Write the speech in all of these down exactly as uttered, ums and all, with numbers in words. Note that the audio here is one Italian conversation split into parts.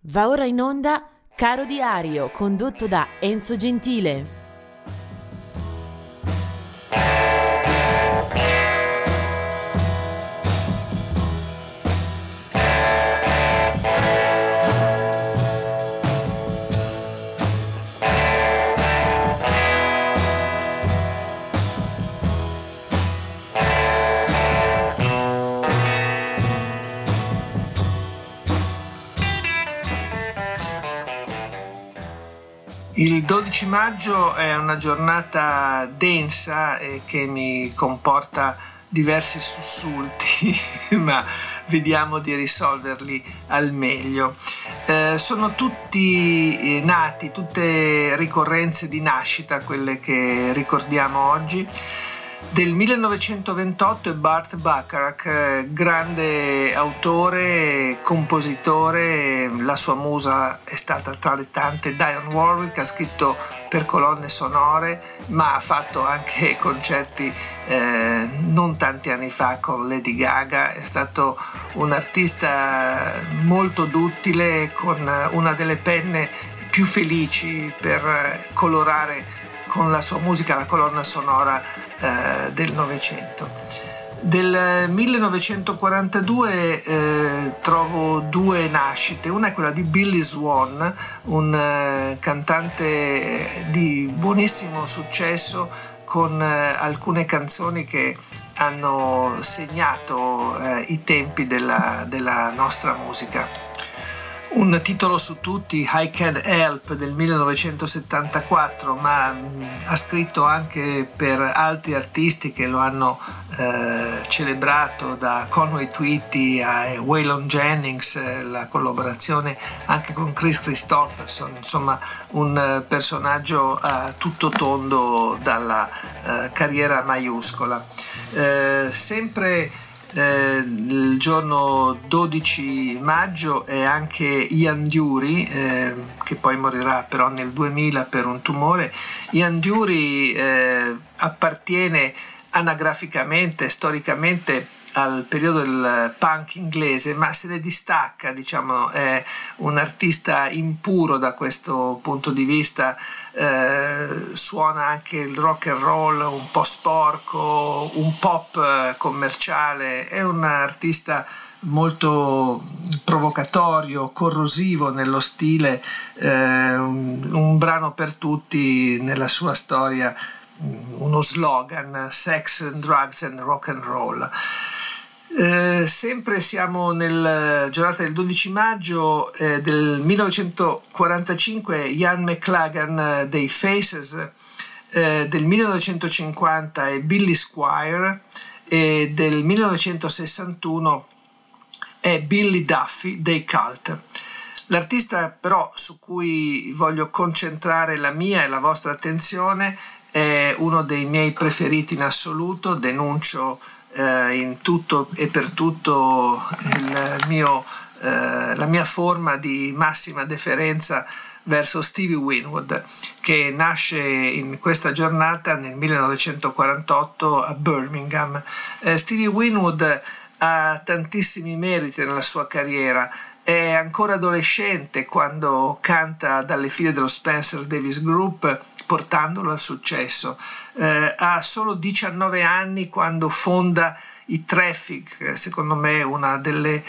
Va ora in onda Caro Diario, condotto da Enzo Gentile. Il dodici maggio è una giornata densa e che mi comporta diversi sussulti, ma vediamo di risolverli al meglio. Eh, sono tutti nati, tutte ricorrenze di nascita, quelle che ricordiamo oggi. Del millenovecentoventotto è Burt Bacharach, grande autore, compositore, la sua musa è stata tra le tante Dionne Warwick, ha scritto per colonne sonore, ma ha fatto anche concerti eh, non tanti anni fa con Lady Gaga. È stato un artista molto duttile, con una delle penne più felici per colorare con la sua musica la colonna sonora eh, del Novecento. Del millenovecentoquarantadue eh, trovo due nascite. Una è quella di Billy Swan, un eh, cantante di buonissimo successo con eh, alcune canzoni che hanno segnato eh, i tempi della, della nostra musica. Un titolo su tutti, I Can't Help del millenovecentosettantaquattro, ma mh, ha scritto anche per altri artisti che lo hanno eh, celebrato, da Conway Twitty a Waylon Jennings, eh, la collaborazione anche con Kris Kristofferson, insomma un eh, personaggio a tutto tondo dalla eh, carriera maiuscola. Eh, sempre Eh, il giorno dodici maggio è anche Ian Dury, eh, che poi morirà però nel duemila per un tumore. Ian Dury eh, appartiene anagraficamente, storicamente, al periodo del punk inglese, ma se ne distacca, diciamo, è un artista impuro da questo punto di vista. Eh, suona anche il rock and roll un po' sporco, un pop commerciale. È un artista molto provocatorio, corrosivo nello stile, eh, un, un brano per tutti nella sua storia, uno slogan: sex, drugs and rock and roll. Eh, sempre siamo nella giornata del dodici maggio eh, del millenovecentoquarantacinque, Ian McLagan eh, dei Faces. Eh, del millenovecentocinquanta è Billy Squier, e del millenovecentosessantuno è Billy Duffy dei Cult. L'artista però su cui voglio concentrare la mia e la vostra attenzione è uno dei miei preferiti in assoluto. Denuncio eh, in tutto e per tutto il mio, eh, la mia forma di massima deferenza verso Stevie Winwood, che nasce in questa giornata nel millenovecentoquarantotto a Birmingham. Eh, Stevie Winwood ha tantissimi meriti nella sua carriera. È ancora adolescente quando canta dalle file dello Spencer Davis Group, portandolo al successo. Eh, ha solo diciannove anni quando fonda i Traffic, secondo me una delle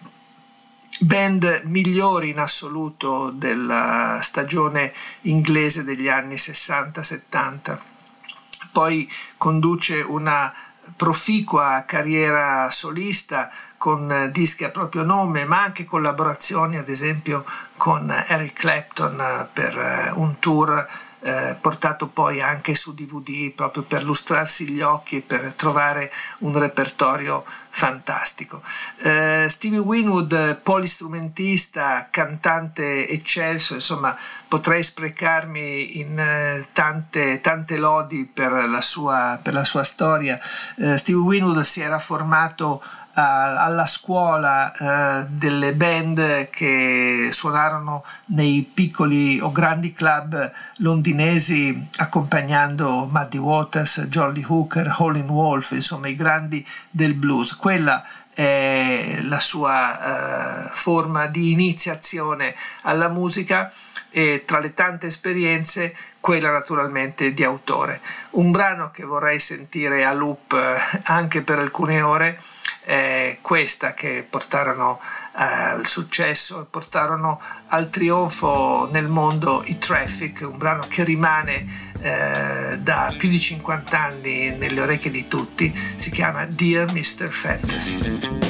band migliori in assoluto della stagione inglese degli anni sessanta settanta. Poi conduce una proficua carriera solista con dischi a proprio nome, ma anche collaborazioni, ad esempio con Eric Clapton per un tour eh, portato poi anche su D V D, proprio per lustrarsi gli occhi e per trovare un repertorio fantastico. Eh, Stevie Winwood, polistrumentista, cantante eccelso, insomma potrei sprecarmi in eh, tante, tante lodi per la sua, per la sua storia. Eh, Stevie Winwood si era formato alla scuola eh, delle band che suonarono nei piccoli o grandi club londinesi, accompagnando Muddy Waters, Jolly Hooker, Howlin' Wolf, insomma i grandi del blues. Quella è la sua eh, forma di iniziazione alla musica, e tra le tante esperienze quella naturalmente di autore. Un brano che vorrei sentire a loop eh, anche per alcune ore è questa, che portarono eh, al successo e portarono al trionfo nel mondo i Traffic, un brano che rimane eh, da più di cinquanta anni nelle orecchie di tutti. Si chiama Dear mister Fantasy.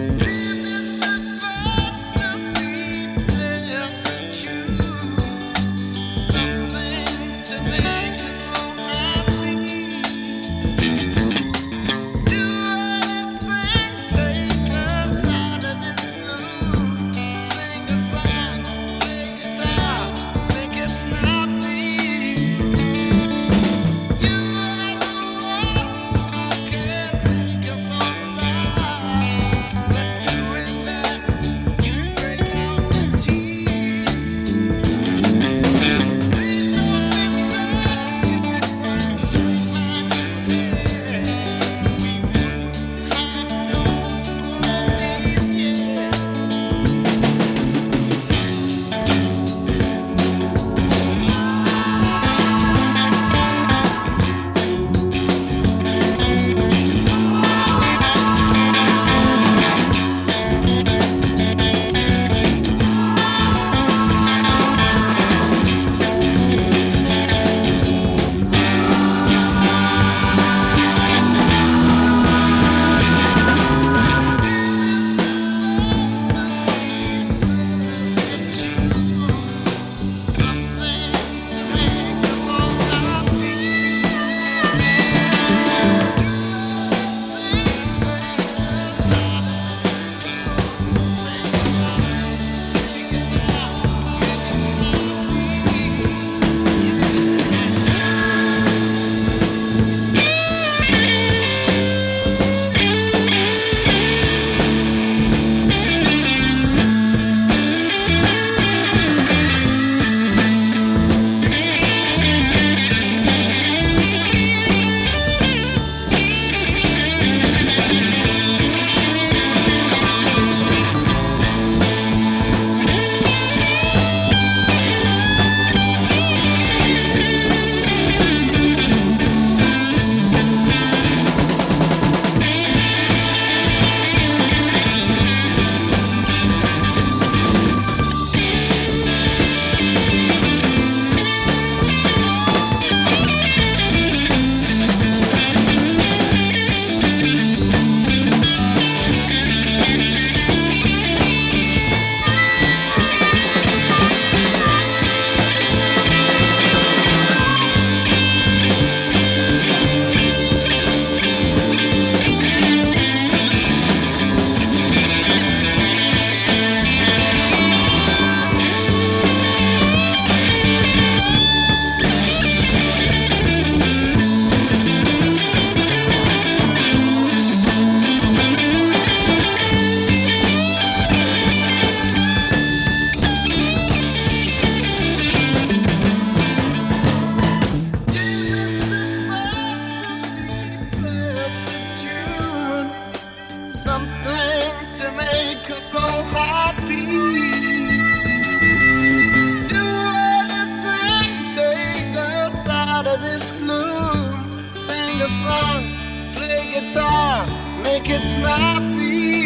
Make it snappy.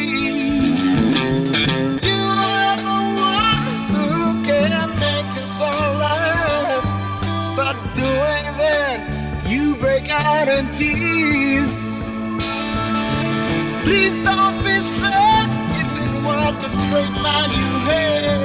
You are the one who can make us all laugh. But doing that, you break out in tears. Please don't be sad if it was a straight line you had.